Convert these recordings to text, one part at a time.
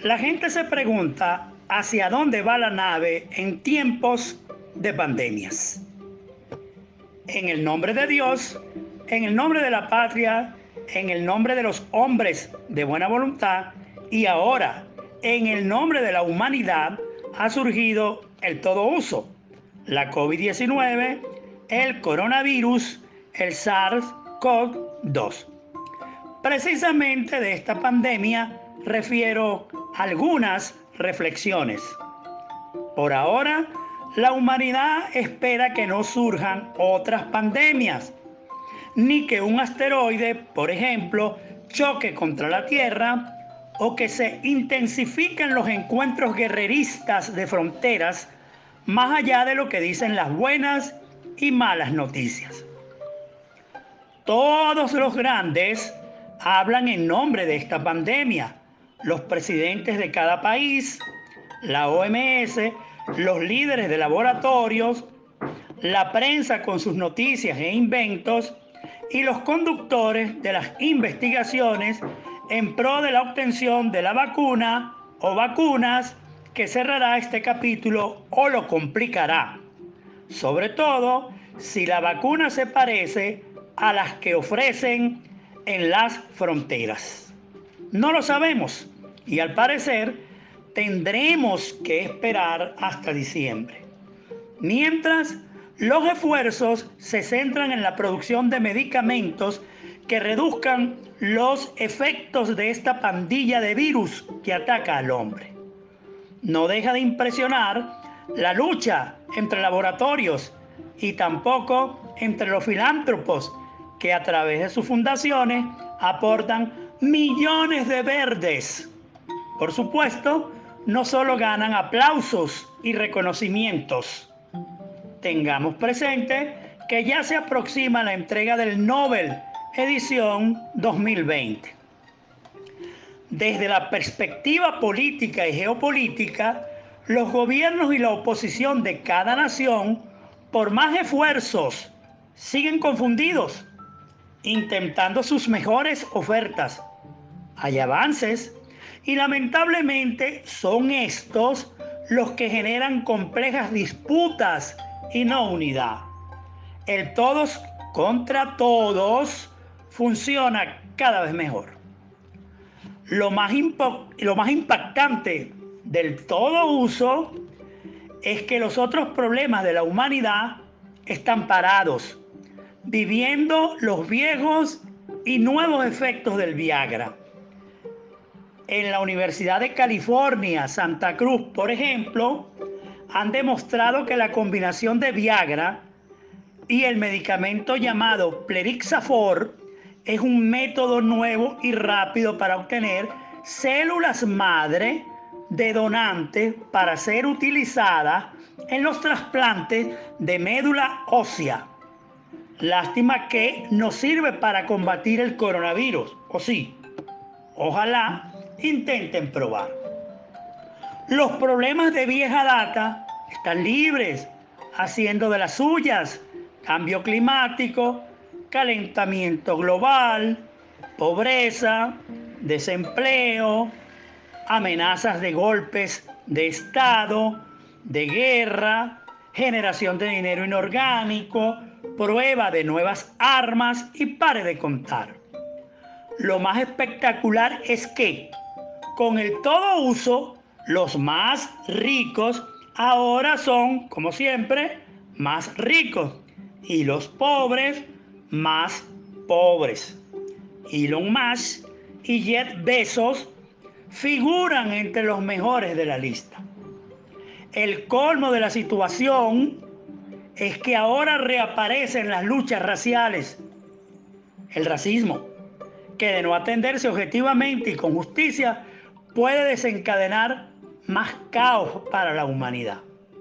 La gente se pregunta hacia dónde va la nave en tiempos de pandemias. En el nombre de Dios, en el nombre de la patria, en el nombre de los hombres de buena voluntad y ahora en el nombre de la humanidad ha surgido el todo uso, la COVID-19, el coronavirus, el SARS-CoV-2. Precisamente de esta pandemia refiero algunas reflexiones. Por ahora, la humanidad espera que no surjan otras pandemias, ni que un asteroide, por ejemplo, choque contra la Tierra o que se intensifiquen los encuentros guerreristas de fronteras más allá de lo que dicen las buenas y malas noticias. Todos los grandes hablan en nombre de esta pandemia. Los presidentes de cada país, la OMS, los líderes de laboratorios, la prensa con sus noticias e inventos y los conductores de las investigaciones en pro de la obtención de la vacuna o vacunas que cerrará este capítulo o lo complicará. Sobre todo si la vacuna se parece a las que ofrecen en las fronteras. No lo sabemos y al parecer tendremos que esperar hasta diciembre. Mientras, los esfuerzos se centran en la producción de medicamentos que reduzcan los efectos de esta pandilla de virus que ataca al hombre. No deja de impresionar la lucha entre laboratorios y tampoco entre los filántropos que a través de sus fundaciones aportan millones de verdes. Por supuesto, no solo ganan aplausos y reconocimientos. Tengamos presente que ya se aproxima la entrega del Nobel edición 2020. Desde la perspectiva política y geopolítica, los gobiernos y la oposición de cada nación, por más esfuerzos, siguen confundidos, intentando sus mejores ofertas. Hay avances y lamentablemente son estos los que generan complejas disputas y no unidad. El todos contra todos funciona cada vez mejor. Lo más impactante del todo uso es que los otros problemas de la humanidad están parados, viviendo los viejos y nuevos efectos del Viagra. En la Universidad de California, Santa Cruz, por ejemplo, han demostrado que la combinación de Viagra y el medicamento llamado Plerixafor es un método nuevo y rápido para obtener células madre de donantes para ser utilizadas en los trasplantes de médula ósea. Lástima que no sirve para combatir el coronavirus, ¿o sí? Ojalá intenten probar. Los problemas de vieja data están libres, haciendo de las suyas: cambio climático, calentamiento global, pobreza, desempleo, amenazas de golpes de Estado, de guerra, generación de dinero inorgánico, prueba de nuevas armas y pare de contar. Lo más espectacular es que, con el todo uso, los más ricos ahora son, como siempre, más ricos y los pobres más pobres. Elon Musk y Jeff Bezos figuran entre los mejores de la lista. El colmo de la situación es que ahora reaparecen las luchas raciales, el racismo, que de no atenderse objetivamente y con justicia puede desencadenar más caos para la humanidad.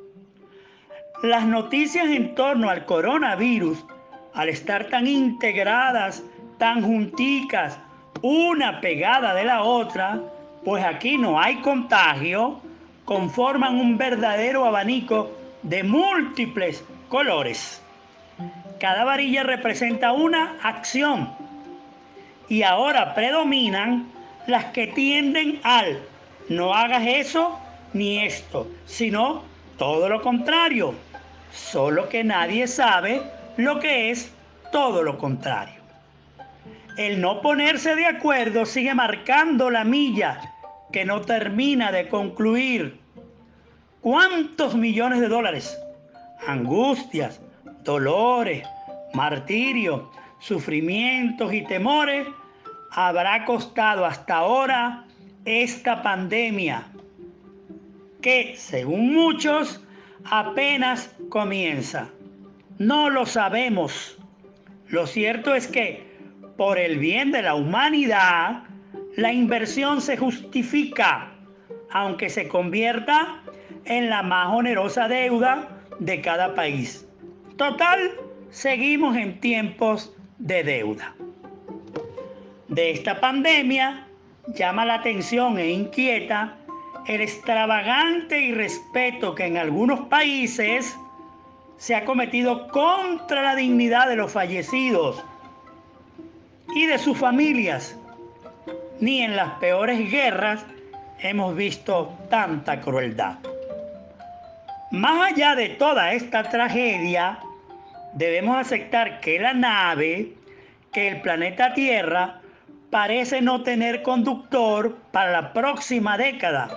Las noticias en torno al coronavirus, al estar tan integradas, tan junticas, una pegada de la otra, pues aquí no hay contagio, conforman un verdadero abanico de múltiples colores. Cada varilla representa una acción y ahora predominan las que tienden al No hagas eso ni esto, sino todo lo contrario. Solo que nadie sabe lo que es todo lo contrario. El no ponerse de acuerdo sigue marcando la milla que no termina de concluir. ¿Cuántos millones de dólares? Angustias, dolores, martirio, sufrimientos y temores habrá costado hasta ahora esta pandemia, que, según muchos, apenas comienza. No lo sabemos. Lo cierto es que, por el bien de la humanidad, la inversión se justifica, aunque se convierta en la más onerosa deuda de cada país. Total, seguimos en tiempos de deuda. De esta pandemia llama la atención e inquieta el extravagante irrespeto que en algunos países se ha cometido contra la dignidad de los fallecidos y de sus familias. Ni en las peores guerras hemos visto tanta crueldad. Más allá de toda esta tragedia, debemos aceptar que la nave, que el planeta Tierra, parece no tener conductor para la próxima década,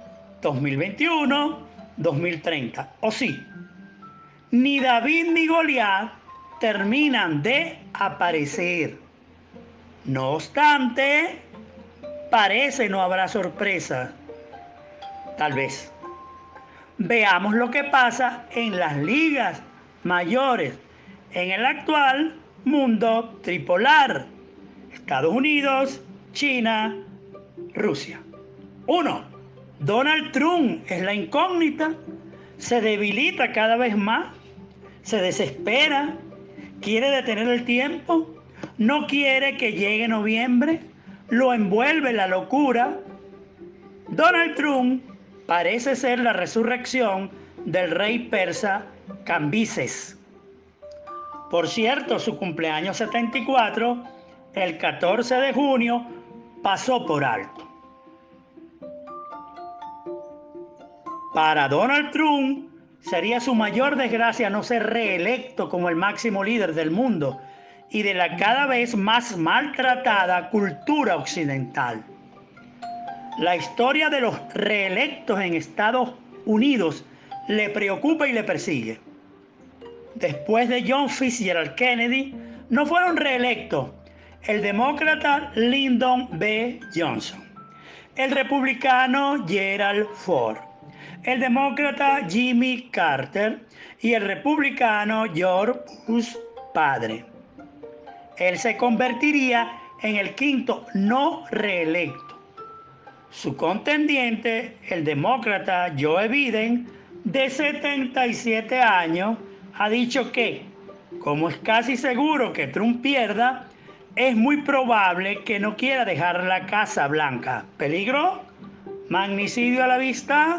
2021-2030. ¿O sí? Ni David ni Goliat terminan de aparecer. No obstante, parece no habrá sorpresa. Tal vez. Veamos lo que pasa en las ligas mayores, en el actual mundo tripolar: Estados Unidos, China, Rusia. 1. Donald Trump es la incógnita. Se debilita cada vez más, se desespera, quiere detener el tiempo, no quiere que llegue noviembre, lo envuelve la locura. Donald Trump parece ser la resurrección del rey persa Cambises. Por cierto, su cumpleaños 74, el 14 de junio, pasó por alto. Para Donald Trump sería su mayor desgracia no ser reelecto como el máximo líder del mundo y de la cada vez más maltratada cultura occidental. La historia de los reelectos en Estados Unidos le preocupa y le persigue. Después de John Fitzgerald Kennedy, no fueron reelectos el demócrata Lyndon B. Johnson, el republicano Gerald Ford, el demócrata Jimmy Carter y el republicano George Bush padre. Él se convertiría en el quinto no reelecto. Su contendiente, el demócrata Joe Biden, de 77 años, ha dicho que, como es casi seguro que Trump pierda, es muy probable que no quiera dejar la Casa Blanca. ¿Peligro? ¿Magnicidio a la vista?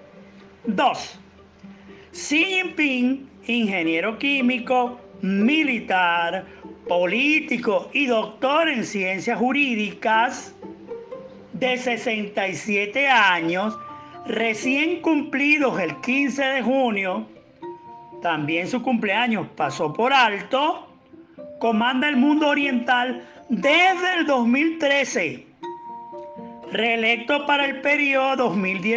2. Xi Jinping, ingeniero químico, militar, político y doctor en ciencias jurídicas, de 67 años, recién cumplidos el 15 de junio, también su cumpleaños pasó por alto, comanda el mundo oriental desde el 2013, reelecto para el periodo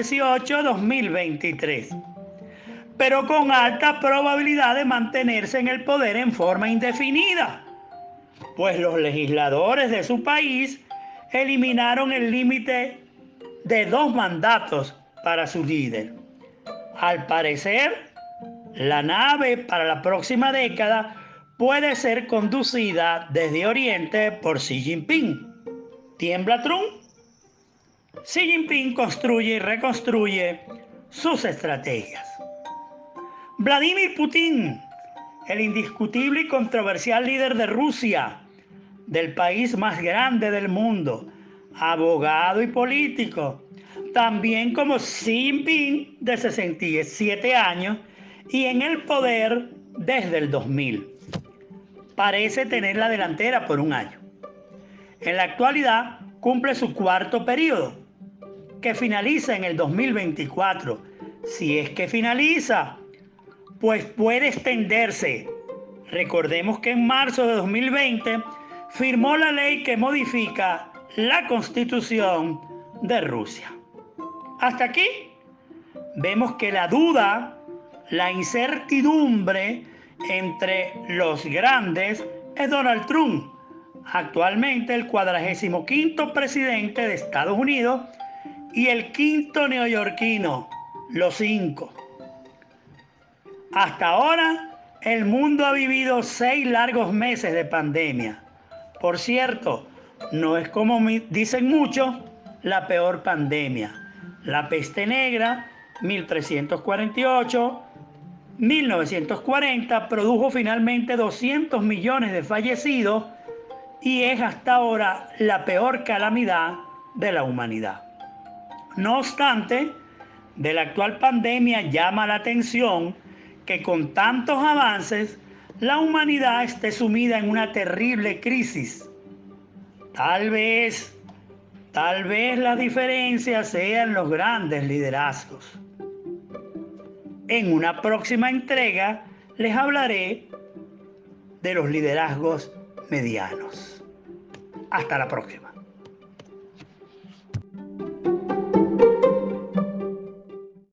2018-2023, pero con alta probabilidad de mantenerse en el poder en forma indefinida, pues los legisladores de su país eliminaron el límite de 2 mandatos para su líder. Al parecer, la nave para la próxima década puede ser conducida desde Oriente por Xi Jinping. ¿Tiembla Trump? Xi Jinping construye y reconstruye sus estrategias. Vladimir Putin, el indiscutible y controversial líder de Rusia, del país más grande del mundo, abogado y político, también como Xi Jinping, de 67 años y en el poder desde el 2000. Parece tener la delantera por un año. En la actualidad cumple su 4.º periodo. que finaliza en el 2024. Si es que finaliza, pues puede extenderse. Recordemos que en marzo de 2020 firmó la ley que modifica la Constitución de Rusia. Hasta aquí vemos que la duda, la incertidumbre entre los grandes es Donald Trump, actualmente el 45º presidente de Estados Unidos y el quinto neoyorquino, los 5. Hasta ahora, el mundo ha vivido 6 largos meses de pandemia. Por cierto, no es como dicen muchos, la peor pandemia. La peste negra, 1348, 1940, produjo finalmente 200 millones de fallecidos y es hasta ahora la peor calamidad de la humanidad. No obstante, de la actual pandemia llama la atención que con tantos avances, la humanidad esté sumida en una terrible crisis. Tal vez las diferencias sean los grandes liderazgos. En una próxima entrega les hablaré de los liderazgos medianos. Hasta la próxima.